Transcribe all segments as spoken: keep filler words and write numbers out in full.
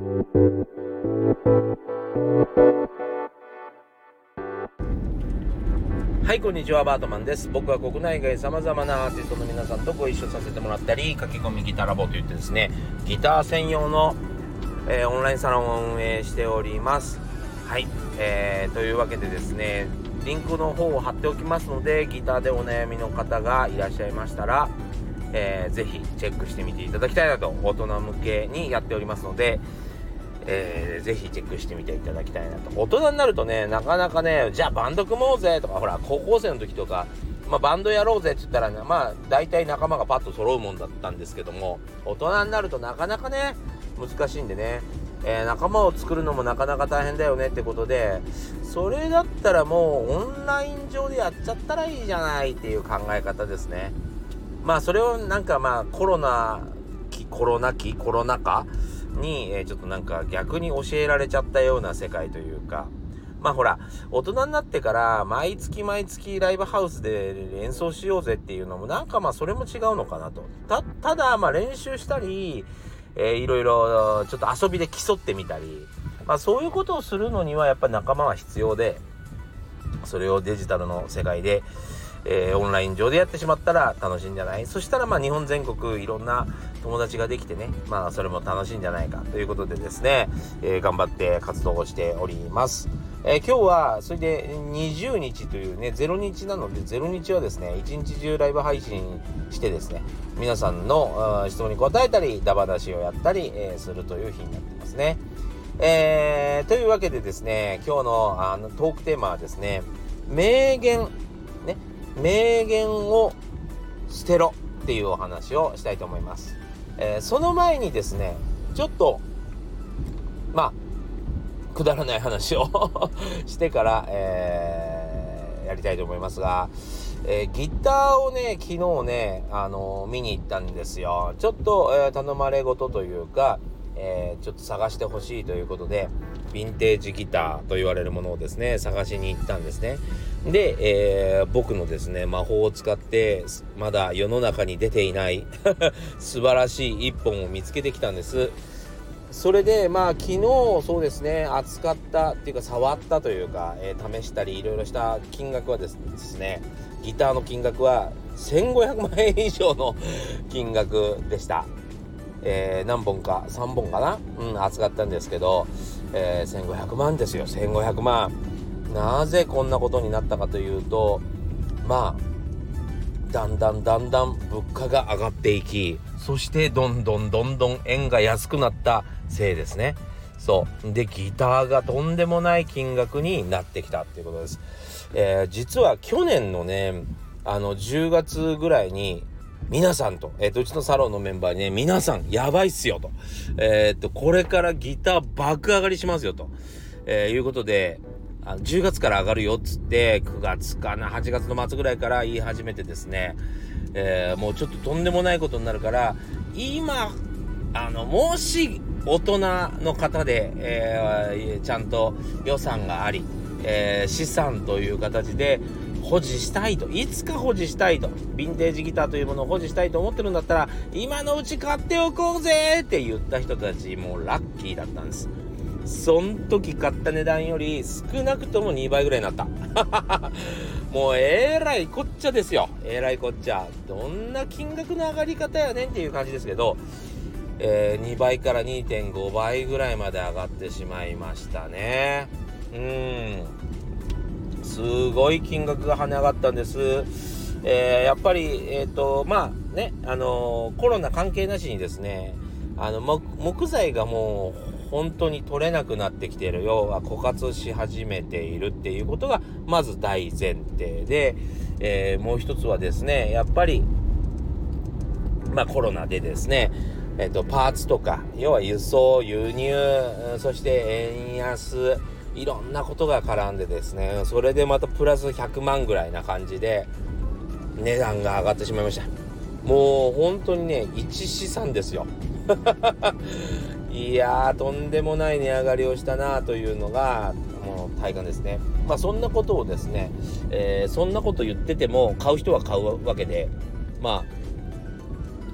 はい、こんにちは、バートマンです。僕は国内外様々なアーティストの皆さんとご一緒させてもらったり、書き込みギターラボといってですね、ギター専用の、えー、オンラインサロンを運営しております。はい、えー、というわけでですね、リンクの方を貼っておきますので、ギターでお悩みの方がいらっしゃいましたら、えー、ぜひチェックしてみていただきたいなと、大人向けにやっておりますので、えー、ぜひチェックしてみていただきたいなと。大人になるとね、なかなかね、じゃあバンド組もうぜとか、ほら高校生の時とか、まあ、バンドやろうぜって言ったら、ね、まあ大体仲間がパッと揃うもんだったんですけども、大人になるとなかなかね難しいんでね、えー、仲間を作るのもなかなか大変だよねってことで、それだったらもうオンライン上でやっちゃったらいいじゃないっていう考え方ですね。まあそれをなんかまあコロナ期コロナ期コロナ禍に、えー、ちょっとなんか逆に教えられちゃったような世界というか、まあほら大人になってから毎月毎月ライブハウスで演奏しようぜっていうのもなんかまあそれも違うのかなと。たただまあ練習したり、えー、いろいろちょっと遊びで競ってみたり、まあそういうことをするのにはやっぱり仲間は必要で、それをデジタルの世界でえー、オンライン上でやってしまったら楽しいんじゃない？そしたらまあ日本全国いろんな友達ができてね、まあそれも楽しいんじゃないかということでですね、えー、頑張って活動をしております。えー、今日はそれでにじゅうにちというね、ゼロにちなので、ゼロにちはですね一日中ライブ配信してですね、皆さんの質問に答えたりダバ出しをやったり、えー、するという日になってますね。えー、というわけでですね、今日のあのトークテーマはですね、名言ね名言を捨てろっていうお話をしたいと思います。えー、その前にですね、ちょっとまあくだらない話をしてから、えー、やりたいと思いますが、えー、ギターをね昨日ね、あのー、見に行ったんですよ。ちょっと、えー、頼まれ事というか、えー、ちょっと探してほしいということで、ヴィンテージギターと言われるものをですね探しに行ったんですね。で、えー、僕のですね魔法を使ってまだ世の中に出ていない素晴らしい一本を見つけてきたんです。それでまあ昨日そうですね扱ったっていうか触ったというか、えー、試したりいろいろした金額はですね、ギターの金額はせんごひゃくまんえん以上の金額でした。えー、何本かさんぼんかな、うん、扱ったんですけど、えー、せんごひゃくまんですよ。せんごひゃくまん。なぜこんなことになったかというと、まあだんだんだんだん物価が上がっていき、そしてどんどんどんどん円が安くなったせいですね。そうでギターがとんでもない金額になってきたっていうことです。えー、実は去年のねあのじゅうがつぐらいに皆さんと、えー、とうちのサロンのメンバーにね、皆さんやばいっすよと、えー、っとこれからギター爆上がりしますよと、えー、いうことで、あのじゅうがつから上がるよっつってくがつかなはちがつの末ぐらいから言い始めてですね、えー、もうちょっととんでもないことになるから、今あのもし大人の方で、えー、ちゃんと予算があり、えー、資産という形で保持したいと、いつか保持したいと、ヴィンテージギターというものを保持したいと思ってるんだったら今のうち買っておこうぜって言った人たちもうラッキーだったんです。そん時買った値段より少なくともにばいぐらいになったもうえらいこっちゃですよ。えらいこっちゃ、どんな金額の上がり方やねんっていう感じですけど、えー、にばいから にてんごばいぐらいまで上がってしまいましたね。うーんすごい金額が跳ね上がったんです。えー、やっぱりえっとまあね、あのー、コロナ関係なしにですね、あの木材がもう本当に取れなくなってきている、要は枯渇し始めているっていうことがまず大前提で、えー、もう一つはですね、やっぱりまあコロナでですね、えっとパーツとか、要は輸送輸入、そして円安、いろんなことが絡んでですね、それでまたプラスひゃくまんぐらいな感じで値段が上がってしまいました。もう本当にね一資産ですよいやーとんでもない値上がりをしたなというのがもう体感ですね。まあそんなことをですね、えー、そんなこと言ってても買う人は買うわけで、まあ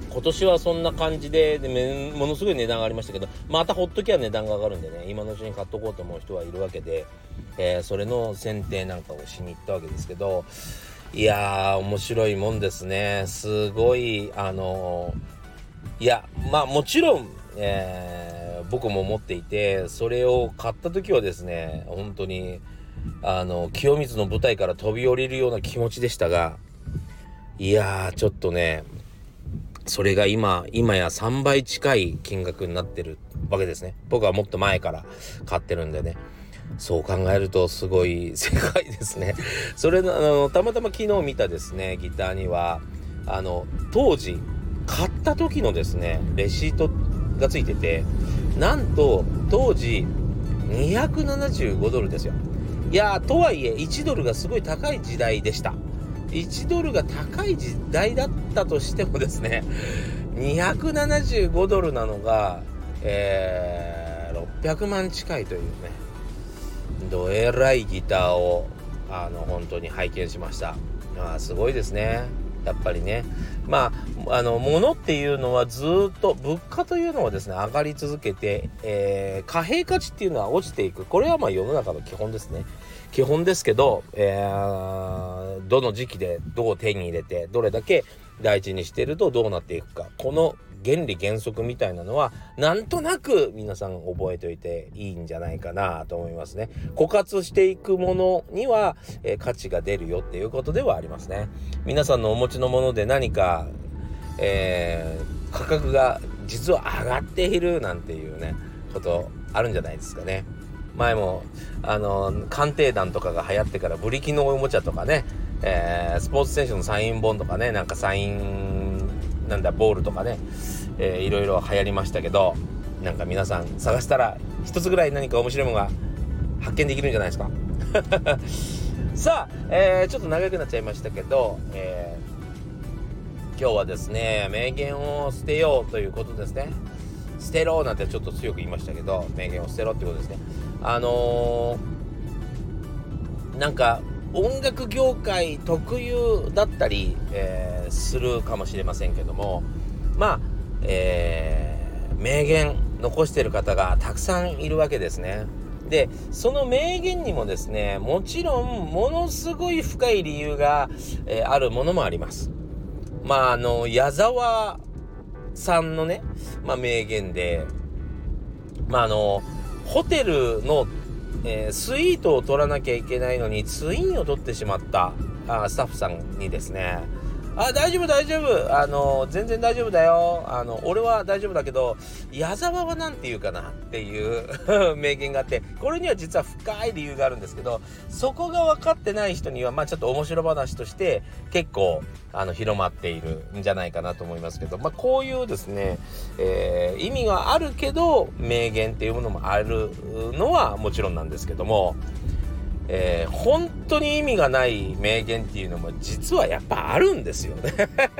今年はそんな感じで、でめものすごい値段が上がりましたけど、またほっときゃ値段が上がるんでね、今のうちに買っとこうと思う人はいるわけで、えー、それの選定なんかをしに行ったわけですけど、いやー面白いもんですね。すごいあのー、いやまあもちろん、えー、僕も持っていて、それを買った時はですね、本当にあの清水の舞台から飛び降りるような気持ちでしたが、いやーちょっとね、それが今今やさんばい近い金額になってるわけですね。僕はもっと前から買ってるんでね、そう考えるとすごい世界ですね。それのあのたまたま昨日見たですねギターには、あの当時買った時のですねレシートがついてて、なんと当時にひゃくななじゅうごドルですよ。いやーとはいえいちドルがすごい高い時代でした。いちドルが高い時代だったとしてもですね、にひゃくななじゅうごドルなのが、えー、ろっぴゃくまん近いというね、どえらいギターをあの本当に拝見しました。あーすごいですね、やっぱりね。まああの物っていうのはずっと、物価というのはですね上がり続けて、えー、貨幣価値っていうのは落ちていく。これはまあ世の中の基本ですね。基本ですけど、えー、どの時期でどう手に入れてどれだけ大事にしているとどうなっていくか、この原理原則みたいなのはなんとなく皆さん覚えておいていいんじゃないかなと思いますね。枯渇していくものには、えー、価値が出るよっていうことではありますね。皆さんのお持ちのもので何か、えー、価格が実は上がっているなんていうねことあるんじゃないですかね。前もあの鑑定団とかが流行ってからブリキのおもちゃとかね、えー、スポーツ選手のサイン本とかね、なんかサインなんだボールとかね、えー、いろいろ流行りましたけど、なんか皆さん探したら一つぐらい何か面白いものが発見できるんじゃないですか。さあ、えー、ちょっと長くなっちゃいましたけど、えー、今日はですね名言を捨てようということですね。捨てろなんてちょっと強く言いましたけど、名言を捨てろってことですね。あのー、なんか音楽業界特有だったり、えー、するかもしれませんけども、まあ、えー、名言残してる方がたくさんいるわけですね。でその名言にもですね、もちろんものすごい深い理由が、えー、あるものもあります。まああの矢沢さんのね、まあ、名言で、まああのホテルの、えー、スイートを取らなきゃいけないのにツインを取ってしまったあスタッフさんにですね、あ大丈夫大丈夫、あの全然大丈夫だよ、あの俺は大丈夫だけど矢沢はなんて言うかなっていう名言があって、これには実は深い理由があるんですけど、そこが分かってない人にはまあちょっと面白話として結構あの広まっているんじゃないかなと思いますけど、まあこういうですね、えー、意味があるけど名言っていうものもあるのはもちろんなんですけども、えー、本当に意味がない名言っていうのも実はやっぱあるんですよね。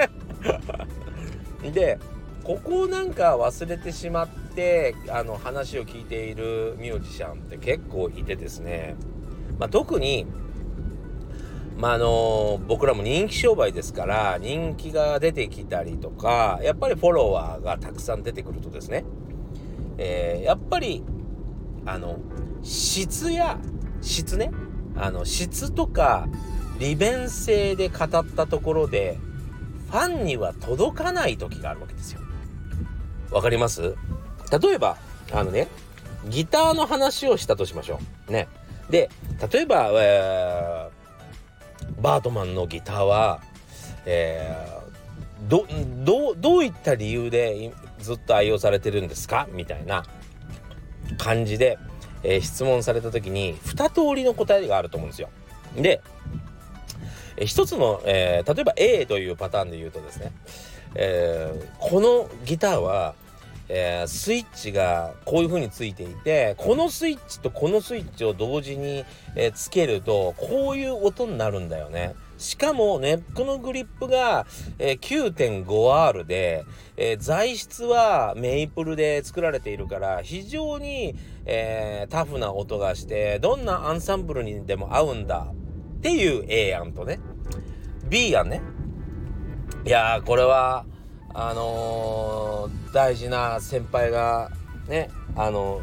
でここをなんか忘れてしまってあの話を聞いているミュージシャンって結構いてですね、まあ、特に、まあ、あの僕らも人気商売ですから人気が出てきたりとか、やっぱりフォロワーがたくさん出てくるとですね、えー、やっぱりあの質や質ね、あの質とか利便性で語ったところでファンには届かない時があるわけですよ。わかります？例えばあのねギターの話をしたとしましょうね。で例えば、えー、バートマンのギターは、えー、どどどういった理由でずっと愛用されてるんですかみたいな感じでえー、質問された時にに通りの答えがあると思うんですよ。で、えー、一つの、えー、例えば A というパターンで言うとですね、えー、このギターは、えー、スイッチがこういう風についていて、このスイッチとこのスイッチを同時に、えー、つけるとこういう音になるんだよね。しかもネックのグリップが、えー、きゅうてんごアール で、えー、材質はメイプルで作られているから非常に、えー、タフな音がしてどんなアンサンブルにでも合うんだっていう A 案とね B 案ね。いやーこれはあのー、大事な先輩がね、あの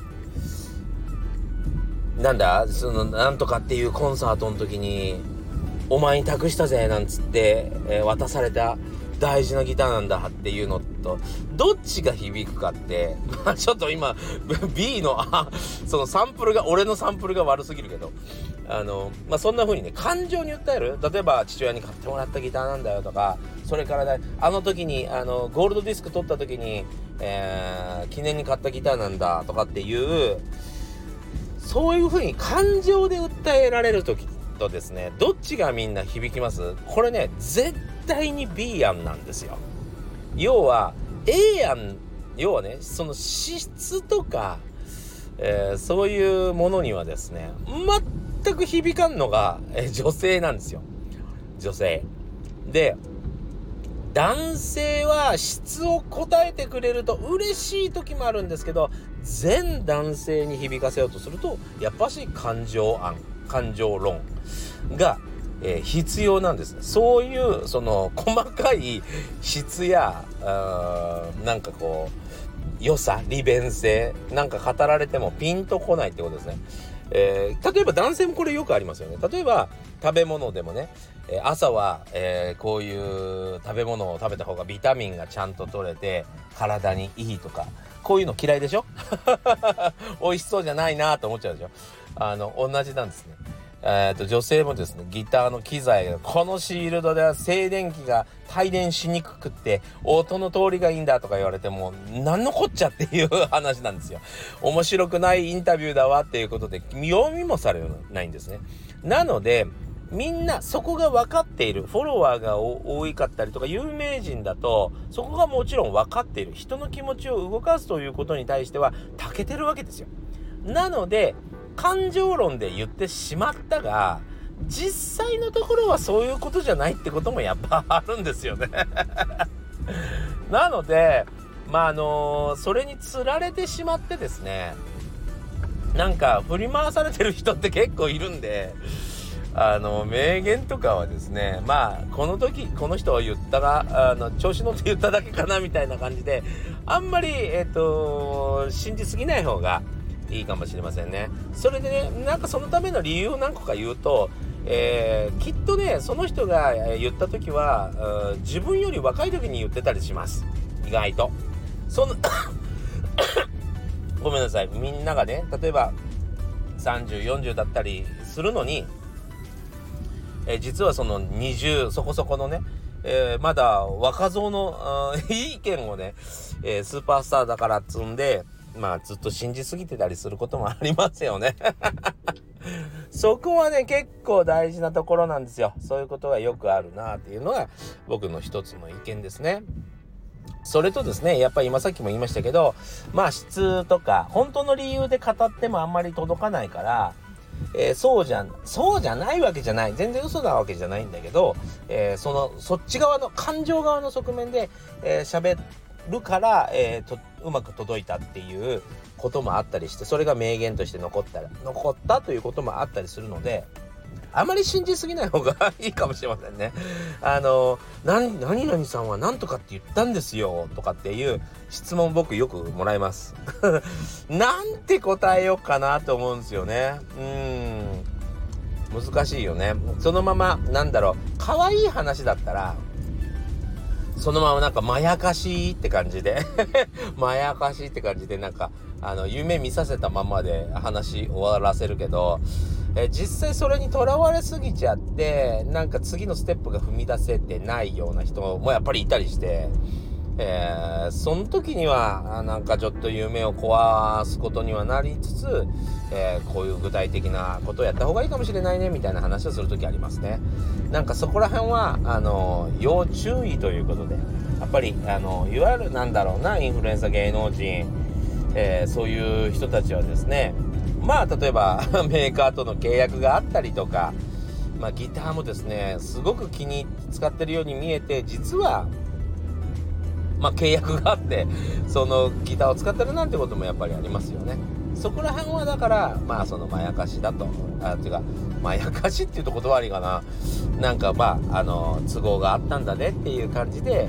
なんだそのなんとかっていうコンサートの時にお前に託したぜなんつって、えー、渡された大事なギターなんだっていうのとどっちが響くかってまあちょっと今 B のあそのサンプルが俺のサンプルが悪すぎるけどあのまあそんな風にね感情に訴える、例えば父親に買ってもらったギターなんだよとか、それからねあの時にあのゴールドディスク取った時に、えー、記念に買ったギターなんだとかっていうそういう風に感情で訴えられる時とですね、どっちがみんな響きます？これね絶対に B 案なんですよ。要は A 案、要はねその資質とか、えー、そういうものにはですね全く響かんのが、えー、女性なんですよ。女性で男性は質を答えてくれると嬉しい時もあるんですけど、全男性に響かせようとするとやっぱし感情案、感情論が、えー、必要なんですね。そういうその細かい質やなんかこう良さ、利便性なんか語られてもピンとこないってことですね。えー、例えば男性もこれよくありますよね。例えば食べ物でもね、えー、朝は、えー、こういう食べ物を食べた方がビタミンがちゃんと取れて体にいいとか、こういうの嫌いでしょ美味しそうじゃないなと思っちゃうでしょ。あの同じなんですね。えー、と女性もですねギターの機材、このシールドでは静電気が帯電しにくくって音の通りがいいんだとか言われても何のこっちゃっていう話なんですよ。面白くないインタビューだわっていうことで読みもされないんですね。なのでみんなそこが分かっている、フォロワーが多かったりとか有名人だとそこがもちろん分かっている、人の気持ちを動かすということに対しては長けてるわけですよ。なので感情論で言ってしまったが実際のところはそういうことじゃないってこともやっぱあるんですよねなのでまああのー、それにつられてしまってですね、なんか振り回されてる人って結構いるんで、あの名言とかはですね、まあこの時この人は言ったがあの調子乗って言っただけかなみたいな感じであんまりえっと信じすぎない方がいいかもしれませんね。それでね、なんかそのための理由を何個か言うと、えー、きっとねその人が言った時は自分より若い時に言ってたりします。意外とそのごめんなさい、みんながね例えばさんじゅう、よんじゅうだったりするのに、えー、実はそのにじゅうそこそこのね、えー、まだ若造のいい意見をね、えー、スーパースターだからっつんでまあずっと信じすぎてたりすることもありますよねそこはね結構大事なところなんですよ。そういうことがよくあるなっていうのが僕の一つの意見ですね。それとですね、やっぱり今さっきも言いましたけど、まあ質とか本当の理由で語ってもあんまり届かないから、えー、そうじゃそうじゃないわけじゃない、全然嘘なわけじゃないんだけど、えー、そのそっち側の感情側の側面でえー、喋るから、えー、とうまく届いたっていうこともあったりして、それが名言として残ったら残ったということもあったりするので、あまり信じすぎない方がいいかもしれませんね。あの何何々さんは何とかって言ったんですよとかっていう質問僕よくもらいますなんて答えようかなと思うんですよね。うーん難しいよね。そのままなんだろう、可愛い話だったらそのままなんかまやかしって感じでまやかしって感じでなんかあの夢見させたままで話終わらせるけど、え実際それにとらわれすぎちゃってなんか次のステップが踏み出せてないような人もやっぱりいたりして、えー、その時にはなんかちょっと夢を壊すことにはなりつつ、えー、こういう具体的なことをやった方がいいかもしれないねみたいな話をする時ありますね。なんかそこら辺はあの要注意ということで、やっぱりあのいわゆるなんだろうなインフルエンサー芸能人、えー、そういう人たちはですね、まあ例えばメーカーとの契約があったりとか、まあ、ギターもですねすごく気に入って使ってるように見えて実はまあ契約があってそのギターを使ってるなんてこともやっぱりありますよね。そこら辺はだからまあそのまやかしだと、あっていうかまやかしっていうと言葉悪いかな、なんかまああの都合があったんだねっていう感じで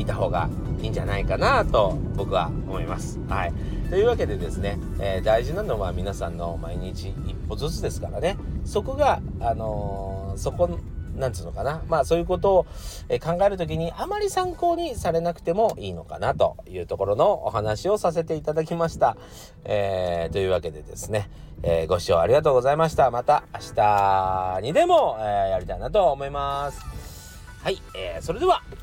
見た方がいいんじゃないかなと僕は思います。はい。というわけでですね、えー、大事なのは皆さんの毎日一歩ずつですからね。そこが、あのー、そこ、なんつうのかな。まあそういうことを、えー、考えるときにあまり参考にされなくてもいいのかなというところのお話をさせていただきました。えー、というわけでですね、えー、ご視聴ありがとうございました。また明日にでも、えー、やりたいなと思います。はい、えー、それでは。